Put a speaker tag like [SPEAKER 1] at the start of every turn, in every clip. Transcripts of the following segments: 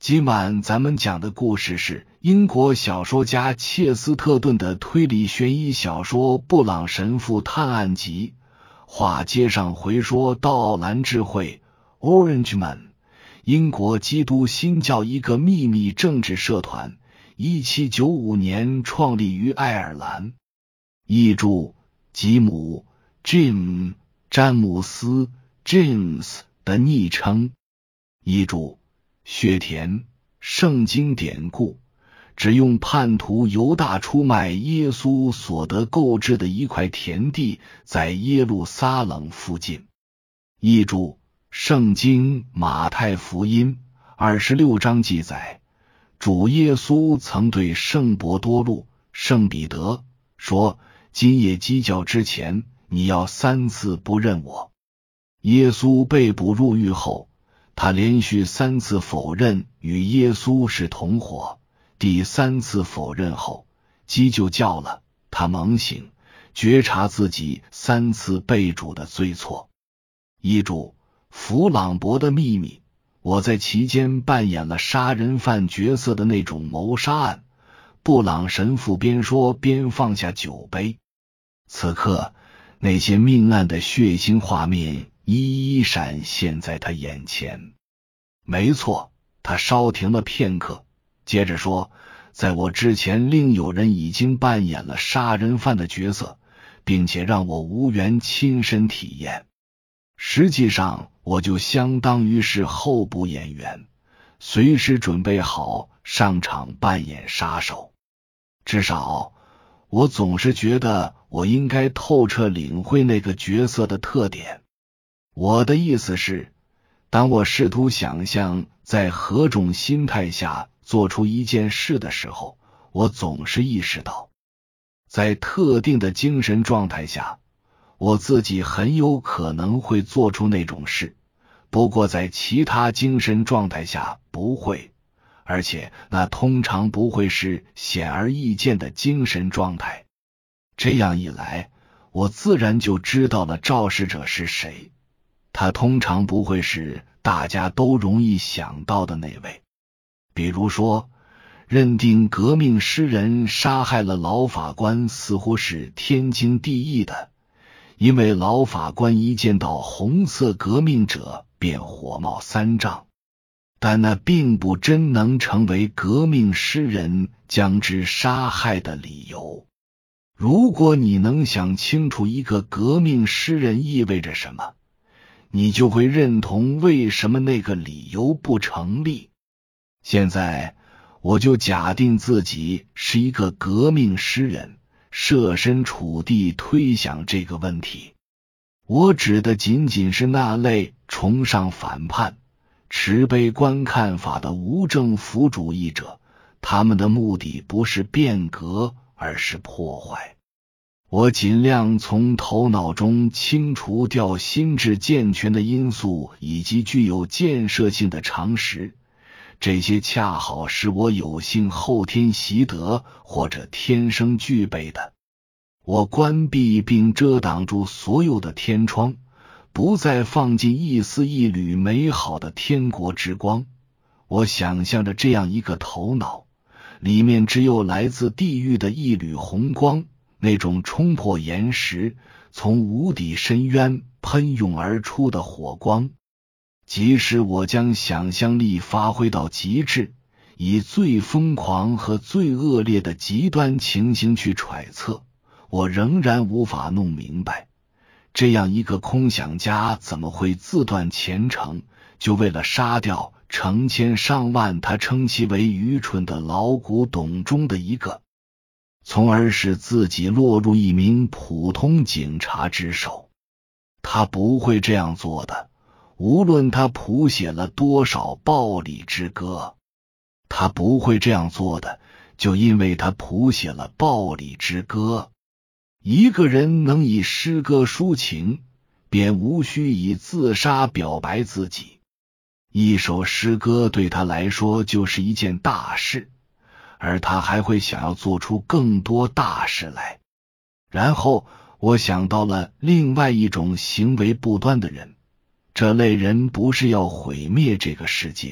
[SPEAKER 1] 今晚咱们讲的故事是英国小说家切斯特顿的推理悬疑小说《布朗神父探案集》。话接上回说到奥兰智慧 Orangeman， 英国基督新教一个秘密政治社团，1795年创立于爱尔兰。译著吉姆 Jim 詹姆斯 James 的昵称。译著薛田，圣经典故，只用叛徒犹大出卖耶稣所得购置的一块田地，在耶路撒冷附近。译著圣经马太福音26章记载，主耶稣曾对圣伯多禄、圣彼得说，今夜鸡叫之前，你要3次不认我。耶稣被捕入狱后，他连续3次否认与耶稣是同伙，第3次否认后，鸡就叫了，他猛醒，觉察自己3次被主的罪错。译著弗朗博的秘密，我在其间扮演了杀人犯角色的那种谋杀案。布朗神父边说边放下酒杯。此刻，那些命案的血腥画面一一闪现在他眼前。没错，他稍停了片刻，接着说，在我之前另有人已经扮演了杀人犯的角色，并且让我无缘亲身体验。实际上，我就相当于是候补演员，随时准备好上场扮演杀手。至少，我总是觉得我应该透彻领会那个角色的特点。我的意思是，当我试图想象在何种心态下做出一件事的时候，我总是意识到，在特定的精神状态下，我自己很有可能会做出那种事，不过在其他精神状态下不会，而且那通常不会是显而易见的精神状态。这样一来，我自然就知道了肇事者是谁。他通常不会是大家都容易想到的那位。比如说，认定革命诗人杀害了老法官似乎是天经地义的，因为老法官一见到红色革命者便火冒三丈。但那并不真能成为革命诗人将之杀害的理由。如果你能想清楚一个革命诗人意味着什么，你就会认同为什么那个理由不成立。现在，我就假定自己是一个革命诗人，设身处地推想这个问题。我指的仅仅是那类崇尚反叛、持悲观看法的无政府主义者，他们的目的不是变革，而是破坏。我尽量从头脑中清除掉心智健全的因素以及具有建设性的常识，这些恰好是我有幸后天习得或者天生具备的。我关闭并遮挡住所有的天窗，不再放进一丝一缕美好的天国之光。我想象着这样一个头脑，里面只有来自地狱的一缕红光，那种冲破岩石，从无底深渊喷涌而出的火光。即使我将想象力发挥到极致，以最疯狂和最恶劣的极端情形去揣测，我仍然无法弄明白，这样一个空想家怎么会自断前程，就为了杀掉成千上万他称其为愚蠢的老古董中的一个，从而使自己落入一名普通警察之手。他不会这样做的，无论他谱写了多少暴力之歌。他不会这样做的，就因为他谱写了暴力之歌。一个人能以诗歌抒情，便无需以自杀表白自己。一首诗歌对他来说就是一件大事，而他还会想要做出更多大事来。然后我想到了另外一种行为不端的人，这类人不是要毁灭这个世界，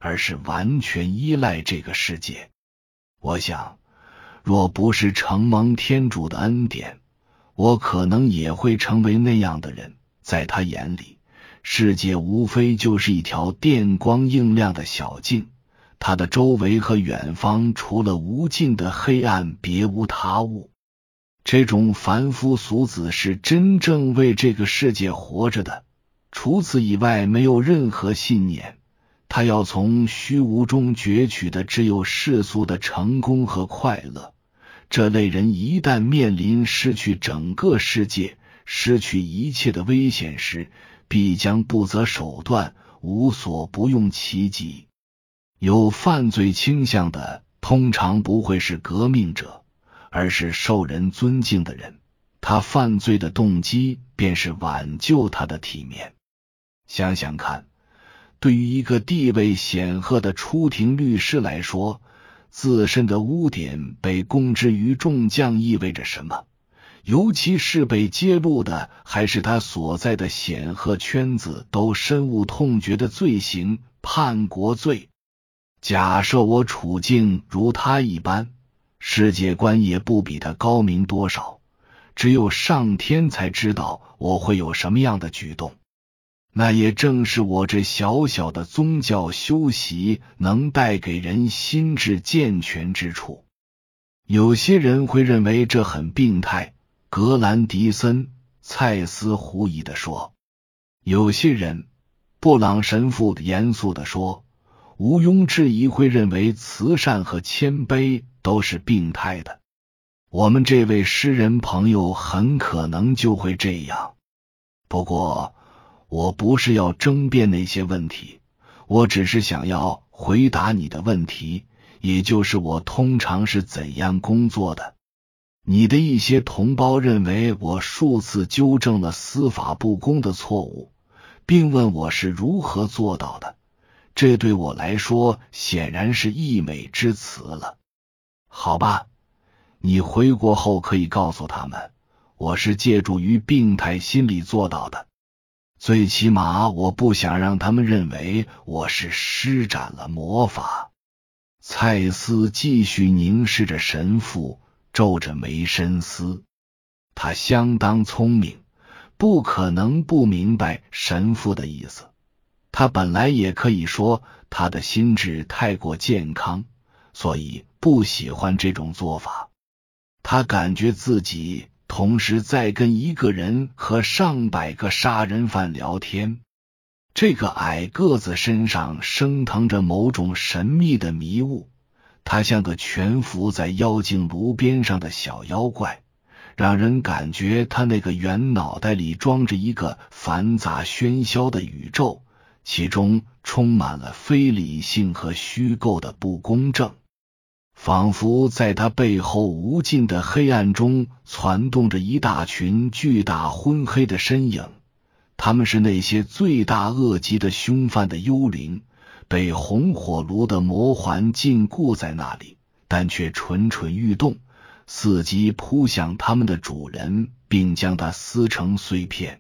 [SPEAKER 1] 而是完全依赖这个世界。我想，若不是承蒙天主的恩典，我可能也会成为那样的人。在他眼里，世界无非就是一条电光映亮的小径，他的周围和远方除了无尽的黑暗别无他物。这种凡夫俗子是真正为这个世界活着的，除此以外没有任何信念。他要从虚无中攫取的只有世俗的成功和快乐。这类人一旦面临失去整个世界、失去一切的危险时，必将不择手段，无所不用其极。有犯罪倾向的通常不会是革命者，而是受人尊敬的人，他犯罪的动机便是挽救他的体面。想想看，对于一个地位显赫的出庭律师来说，自身的污点被公之于众将意味着什么？尤其是被揭露的还是他所在的显赫圈子都深恶痛绝的罪行——叛国罪。假设我处境如他一般，世界观也不比他高明多少，只有上天才知道我会有什么样的举动。那也正是我这小小的宗教修习能带给人心智健全之处。有些人会认为这很病态，格兰迪森·蔡斯狐疑地说。有些人，布朗神父严肃地说，毋庸置疑会认为慈善和谦卑都是病态的。我们这位诗人朋友很可能就会这样。不过我不是要争辩那些问题，我只是想要回答你的问题，也就是我通常是怎样工作的。你的一些同胞认为我数次纠正了司法不公的错误，并问我是如何做到的。这对我来说显然是溢美之词了。好吧，你回国后可以告诉他们，我是借助于病态心理做到的。最起码我不想让他们认为我是施展了魔法。蔡斯继续凝视着神父，皱着眉深思。他相当聪明，不可能不明白神父的意思。他本来也可以说他的心智太过健康，所以不喜欢这种做法。他感觉自己同时在跟一个人和上百个杀人犯聊天。这个矮个子身上升腾着某种神秘的迷雾，他像个蜷伏在妖精炉边上的小妖怪，让人感觉他那个圆脑袋里装着一个繁杂喧嚣的宇宙，其中充满了非理性和虚构的不公正。仿佛在他背后无尽的黑暗中攒动着一大群巨大昏黑的身影，他们是那些罪大恶极的凶犯的幽灵，被红火炉的魔环禁锢在那里，但却蠢蠢欲动，伺机扑向他们的主人，并将他撕成碎片。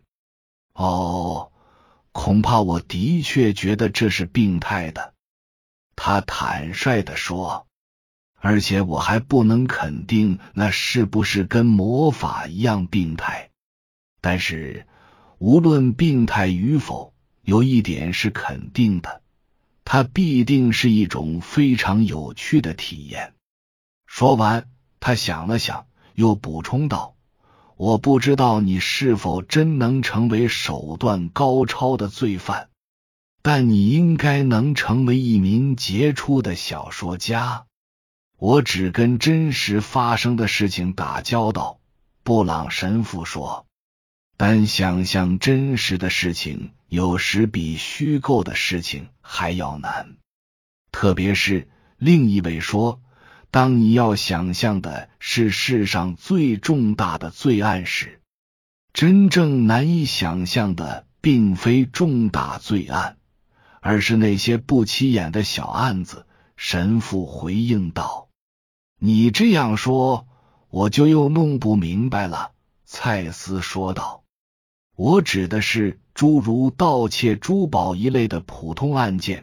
[SPEAKER 1] 恐怕我的确觉得这是病态的，他坦率地说。而且我还不能肯定那是不是跟魔法一样病态。但是无论病态与否，有一点是肯定的，它必定是一种非常有趣的体验。说完，他想了想，又补充道，我不知道你是否真能成为手段高超的罪犯，但你应该能成为一名杰出的小说家。我只跟真实发生的事情打交道，布朗神父说，但想象真实的事情有时比虚构的事情还要难。特别是，另一位说，当你要想象的是世上最重大的罪案时，真正难以想象的并非重大罪案，而是那些不起眼的小案子。神父回应道。你这样说，我就又弄不明白了，蔡斯说道。我指的是诸如盗窃珠宝一类的普通案件，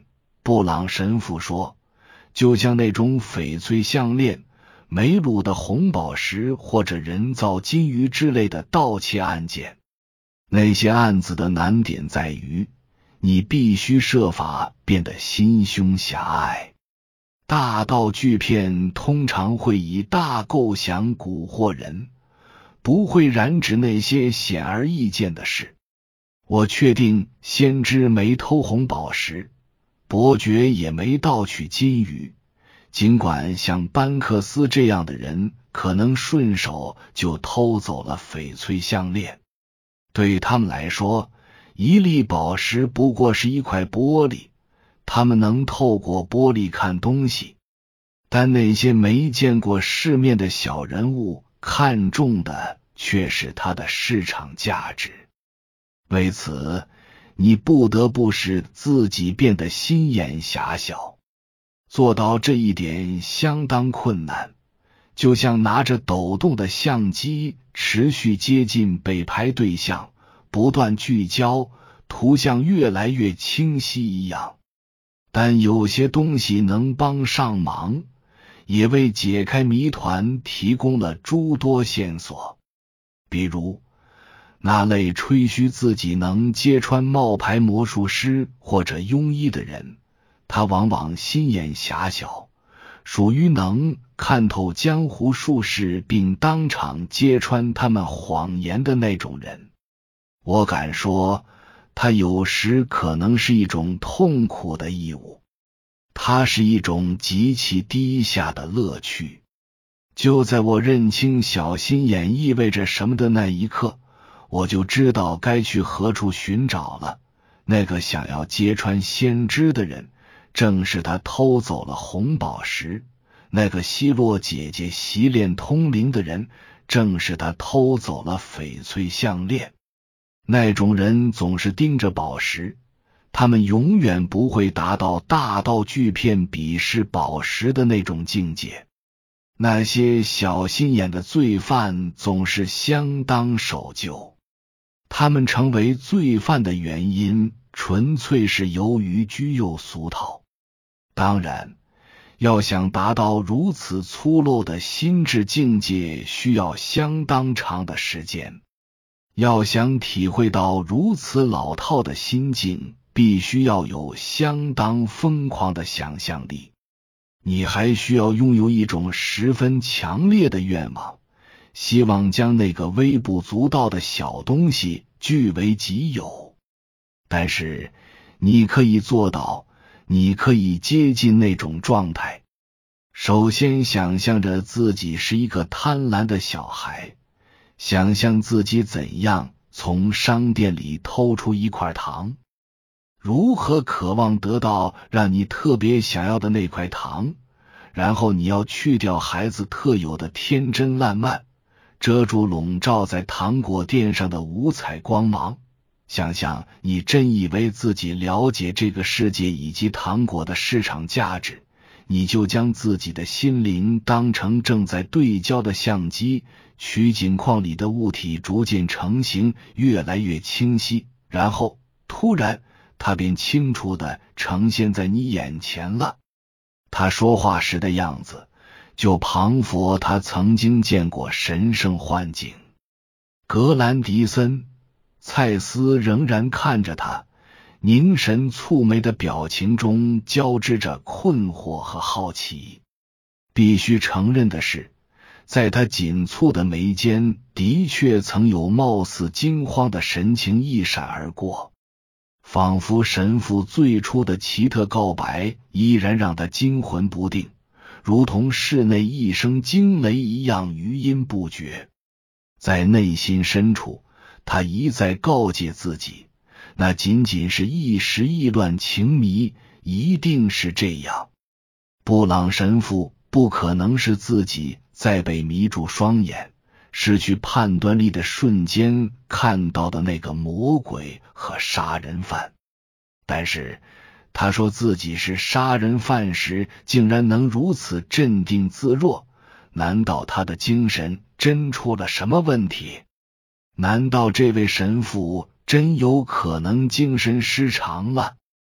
[SPEAKER 1] 布朗神父说，就像那种翡翠项链、梅鲁的红宝石或者人造金鱼之类的盗窃案件。那些案子的难点在于，你必须设法变得心胸狭隘。大盗巨骗通常会以大构想蛊惑人，不会染指那些显而易见的事。我确定先知没偷红宝石，伯爵也没盗取金鱼，尽管像班克斯这样的人可能顺手就偷走了翡翠项链。对他们来说，一粒宝石不过是一块玻璃，他们能透过玻璃看东西，但那些没见过世面的小人物看重的却是它的市场价值。为此，你不得不使自己变得心眼狭小。做到这一点相当困难，就像拿着抖动的相机持续接近被拍对象，不断聚焦，图像越来越清晰一样。但有些东西能帮上忙，也为解开谜团提供了诸多线索。比如那类吹嘘自己能揭穿冒牌魔术师或者庸医的人，他往往心眼狭小，属于能看透江湖术士并当场揭穿他们谎言的那种人。我敢说，它有时可能是一种痛苦的义务，它是一种极其低下的乐趣。就在我认清小心眼意味着什么的那一刻，我就知道该去何处寻找了。那个想要揭穿先知的人，正是他偷走了红宝石；那个奚落姐姐习练通灵的人，正是他偷走了翡翠项链。那种人总是盯着宝石，他们永远不会达到大盗巨骗鄙视宝石的那种境界。那些小心眼的罪犯总是相当守旧，他们成为罪犯的原因纯粹是由于居幼俗套。当然，要想达到如此粗陋的心智境界，需要相当长的时间。要想体会到如此老套的心境，必须要有相当疯狂的想象力。你还需要拥有一种十分强烈的愿望，希望将那个微不足道的小东西据为己有。但是你可以做到，你可以接近那种状态。首先想象着自己是一个贪婪的小孩，想象自己怎样从商店里偷出一块糖，如何渴望得到让你特别想要的那块糖，然后你要去掉孩子特有的天真烂漫，遮住笼罩在糖果店上的五彩光芒。想想你真以为自己了解这个世界以及糖果的市场价值，你就将自己的心灵当成正在对焦的相机，取景框里的物体逐渐成型，越来越清晰，然后突然它便清楚地呈现在你眼前了。他说话时的样子，就仿佛他曾经见过神圣幻境。格兰迪森，蔡斯仍然看着他，凝神蹙眉的表情中交织着困惑和好奇。必须承认的是，在他紧蹙的眉间的确曾有貌似惊慌的神情一闪而过，仿佛神父最初的奇特告白依然让他惊魂不定，如同室内一声惊雷一样余音不绝。在内心深处，他一再告诫自己，那仅仅是一时意乱情迷，一定是这样。布朗神父不可能是自己在被迷住双眼，失去判断力的瞬间看到的那个魔鬼和杀人犯。但是他说自己是杀人犯时，竟然能如此镇定自若，难道他的精神真出了什么问题？难道这位神父真有可能精神失常了？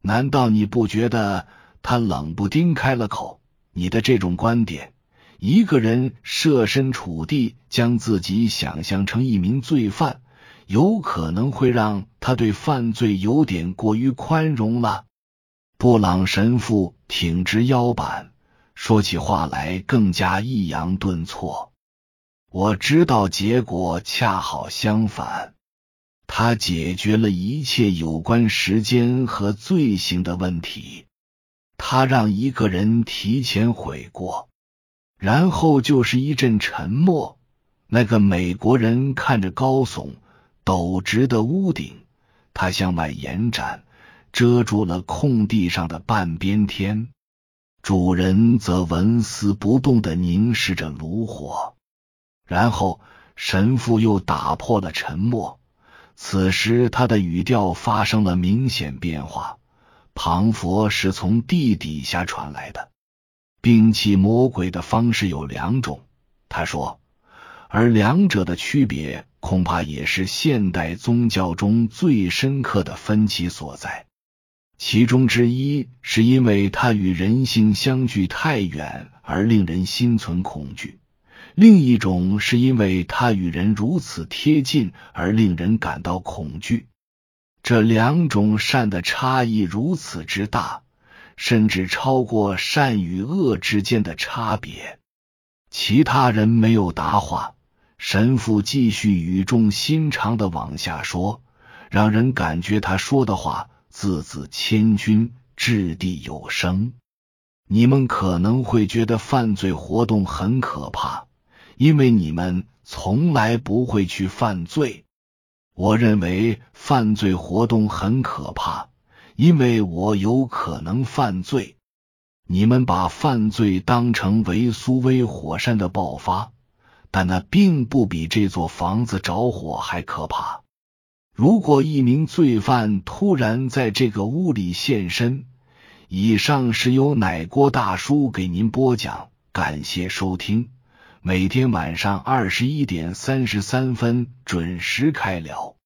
[SPEAKER 1] 难道你不觉得他冷不丁开了口，你的这种观点，一个人设身处地将自己想象成一名罪犯，有可能会让他对犯罪有点过于宽容了？布朗神父挺直腰板，说起话来更加抑扬顿挫。我知道结果恰好相反，他解决了一切有关时间和罪行的问题。他让一个人提前悔过，然后就是一阵沉默。那个美国人看着高耸陡直的屋顶，他向外延展，遮住了空地上的半边天。主人则纹丝不动地凝视着炉火。然后神父又打破了沉默，此时他的语调发生了明显变化。庞佛是从地底下传来的。摒弃魔鬼的方式有两种，他说，而两者的区别恐怕也是现代宗教中最深刻的分歧所在。其中之一是因为它与人性相距太远而令人心存恐惧，另一种是因为它与人如此贴近而令人感到恐惧。这两种善的差异如此之大，甚至超过善与恶之间的差别。其他人没有答话，神父继续语重心长地往下说，让人感觉他说的话字字千钧，掷地有声。你们可能会觉得犯罪活动很可怕，因为你们从来不会去犯罪。我认为犯罪活动很可怕，因为我有可能犯罪。你们把犯罪当成维苏威火山的爆发，但那并不比这座房子着火还可怕。如果一名罪犯突然在这个屋里现身，以上是由奶锅大叔给您播讲，感谢收听。每天晚上21:33准时开聊。